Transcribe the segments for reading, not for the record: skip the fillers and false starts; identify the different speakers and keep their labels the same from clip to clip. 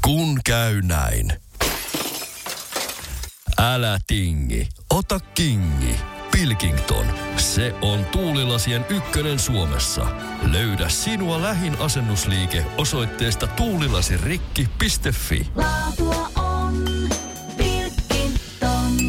Speaker 1: Kun käy näin. Älä tingi, ota kingi. Pilkington, se on tuulilasien ykkönen Suomessa. Löydä sinua lähin asennusliike osoitteesta tuulilasirikki.fi.
Speaker 2: Laatua on Pilkington.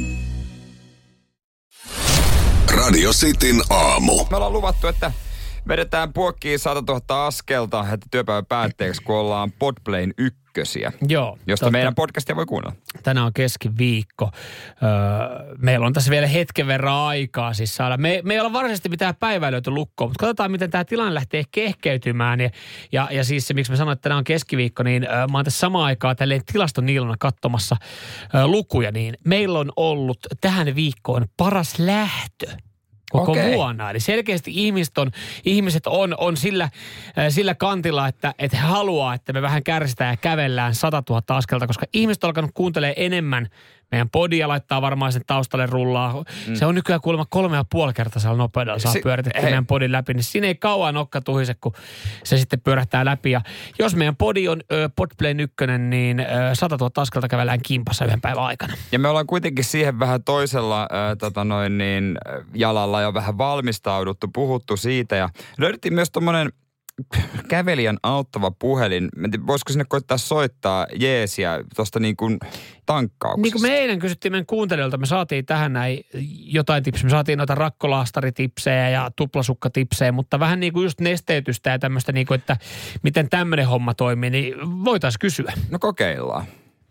Speaker 3: Radio Cityn aamu.
Speaker 4: Me ollaan luvattu, että vedetään puokkiin 100 000 askelta heti työpäivän päätteeksi, kun ollaan Podplayn ykkösiä.
Speaker 5: Joo.
Speaker 4: Josta meidän podcastia voi kuunnella.
Speaker 5: Tänään on keskiviikko. Meillä on tässä vielä hetken verran aikaa siis saada. Me ei olla varsinaisesti mitään päivää löyty lukkoon, mutta katsotaan, miten tämä tilanne lähtee kehkeytymään. Ja siis se, miksi mä sanoin, että tänään on keskiviikko, niin mä oon tässä samaan aikaan tälleen tilastoniilona katsomassa lukuja. Niin meillä on ollut tähän viikkoon paras lähtö koko vuonna. Eli selkeästi ihmiset on sillä kantilla, että he haluaa, että me vähän kärsitään ja kävellään 100 000 askelta, koska ihmiset on alkanut kuuntelemaan enemmän meidän podia, laittaa varmaan sen taustalle rullaa. Se on nykyään kuulemma 3,5-kertaisella nopeudella saa pyöritettyä meidän podin läpi, niin siinä ei kauan nokka tuhise, kun se sitten pyörähtää läpi. Ja jos meidän podi on Podplayn ykkönen, niin 100 000 askelta kävellään kimpassa yhden päivän aikana. Ja
Speaker 4: me ollaan kuitenkin siihen vähän toisella jalalla jo vähän valmistauduttu, puhuttu siitä ja löydettiin myös tommonen kävelijän auttava puhelin. Voisiko sinne koittaa soittaa jeesiä tuosta niin kuin tankkauksesta?
Speaker 5: Niin kuin me eilen kysyttiin meidän kuuntelijoilta, me saatiin tähän näin jotain tipsejä. Me saatiin noita rakkolaastaritipsejä ja tuplasukkatipsejä, mutta vähän niin kuin just nesteytystä ja tämmöistä niin kuin, että miten tämmöinen homma toimii, niin voitaisiin kysyä.
Speaker 4: No kokeillaan.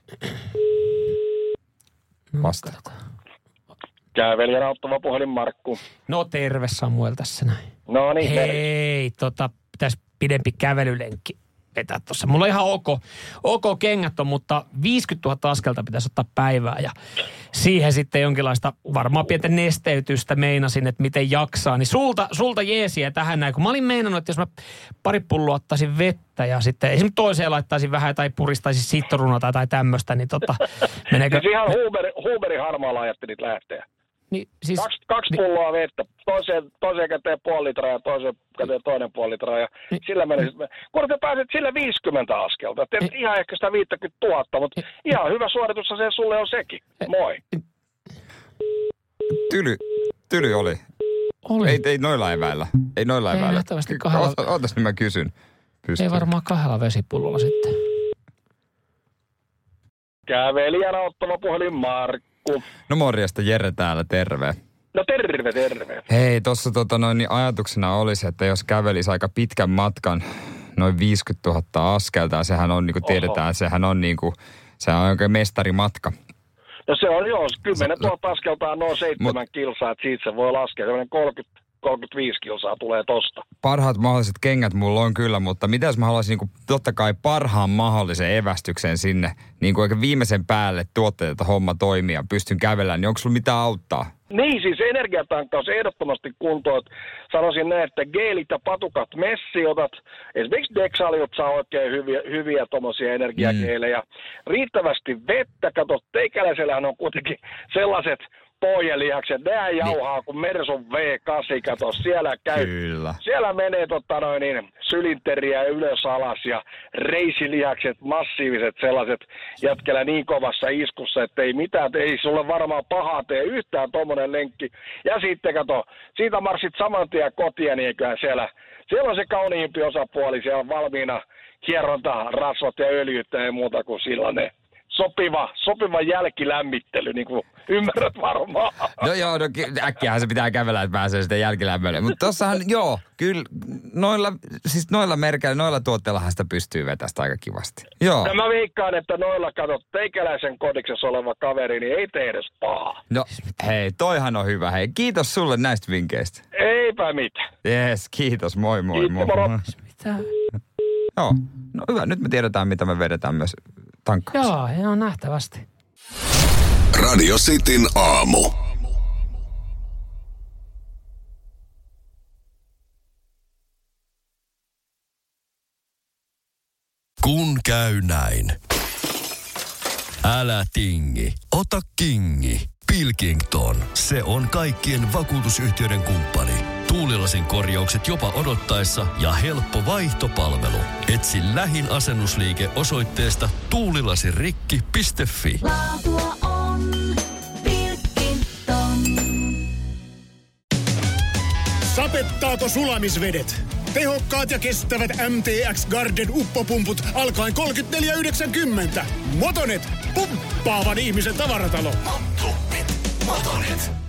Speaker 4: Vastata.
Speaker 6: Kävelijän auttava puhelin Markku.
Speaker 5: No terve Samuel tässä näin.
Speaker 6: No niin.
Speaker 5: Hei, pitäisi pidempi kävelylenkki vetää tuossa. Mulla on ihan ok kengät on, mutta 50 000 askelta pitäisi ottaa päivää ja siihen sitten jonkinlaista varmaan pientä nesteytystä meinasin, että miten jaksaa. Niin sulta jeesiä tähän näin, kun mä olin meinannut, että jos mä pari pulloa ottaisin vettä ja sitten esimerkiksi toiseen laittaisin vähän tai puristaisin sitruunaa tai tämmöistä, niin meneekö...
Speaker 6: Siis ihan Huberin harmaalla ajattelit lähteä.
Speaker 5: Niin, siis,
Speaker 6: kaksi pulloa vettä, toiseen käteen puoli litraa ja toiseen käteen toinen puoli litraa ja sillä meni. Kun te pääset sillä 50 askelta, teet ihan ehkä sitä 50 000, mutta ihan hyvä suoritus se sulle on sekin. Moi.
Speaker 4: Tyly oli. Ei noilla eväillä. Ei
Speaker 5: nähtävästi kahdella.
Speaker 4: Ootas, niin mä kysyn.
Speaker 5: Ei varmaan kahdella vesipullolla sitten.
Speaker 6: Kävelijän auttava puhelin Markku.
Speaker 4: No morjesta, Jere täällä, terve.
Speaker 6: No terve.
Speaker 4: Hei, tuossa niin ajatuksena olisi, että jos kävelisi aika pitkän matkan, noin 50 000 askelta, ja sehän on, niin kuin tiedetään, sehän on oikein mestarimatka.
Speaker 6: No se on joo, 10 000 askelta on noin 7 kilsaa, että siitä se voi laskea, sellainen 35 kilsaa tulee tosta.
Speaker 4: Parhaat mahdolliset kengät mulla on kyllä, mutta mitä jos mä haluaisin niin totta kai parhaan mahdollisen evästyksen sinne, niin kuin viimeisen päälle tuotteet, että homma toimii ja pystyn kävellään, niin onko sulla mitään auttaa?
Speaker 6: Niin, siis energiatankkaus ehdottomasti kuntoon. Sanoisin näin, että geelit ja patukat messiotat. Esimerkiksi Dexaliot saa oikein hyviä tommosia energiageelejä. Riittävästi vettä. Kato, teikäläisellähän on kuitenkin sellaiset pohjelihakset. Nää jauhaa kuin Mersun V8. Kato, siellä käy.
Speaker 4: Kyllä.
Speaker 6: Siellä menee sylinteriä ylös alas ja reisilihakset, massiiviset sellaiset jätkellä niin kovassa iskussa, että ei mitään, ei sulle varmaan pahaa tee yhtään tommonen lenkki. Ja sitten kato, siitä marssit saman tien kotiin, niin eiköhän siellä on se kauniimpi osapuoli, siellä on valmiina hieronta, rasvat ja öljyttä ja muuta kuin sellainen sopiva jälkilämmittely, niin kuin ymmärrät varmaan.
Speaker 4: No joo, äkkiähän se pitää kävellä, että pääsee sitten jälkilämmölle. Mutta tossahan, joo, kyllä noilla merkeillä, noilla tuotteillahan sitä pystyy vetästä aika kivasti. Joo.
Speaker 6: Ja mä veikkaan, että noilla, kato, teikäläisen kodiksessa oleva kaveri, niin ei tee edes pahaa.
Speaker 4: No, hei, toihan on hyvä. Hei, kiitos sulle näistä vinkkeistä.
Speaker 6: Eipä mitään.
Speaker 4: Jees, kiitos. Moi.
Speaker 5: Mitä?
Speaker 4: Joo, no hyvä. Nyt me tiedetään, mitä me vedetään myös tankkaus.
Speaker 5: Joo, nähtävästi.
Speaker 3: Radio Cityn aamu.
Speaker 1: Kun käy näin. Älä tingi, ota kingi. Pilkington, se on kaikkien vakuutusyhtiöiden kumppani. tuulilasin korjaukset jopa odottaessa ja helppo vaihtopalvelu. Etsi lähin asennusliike osoitteesta tuulilasirikki.fi.
Speaker 2: Laatua on Pilkington.
Speaker 7: Sapettaako sulamisvedet? Tehokkaat ja kestävät MTX Garden uppopumput alkaen 34,90. Motonet, pumppaavan ihmisen tavaratalo.
Speaker 3: Motonet.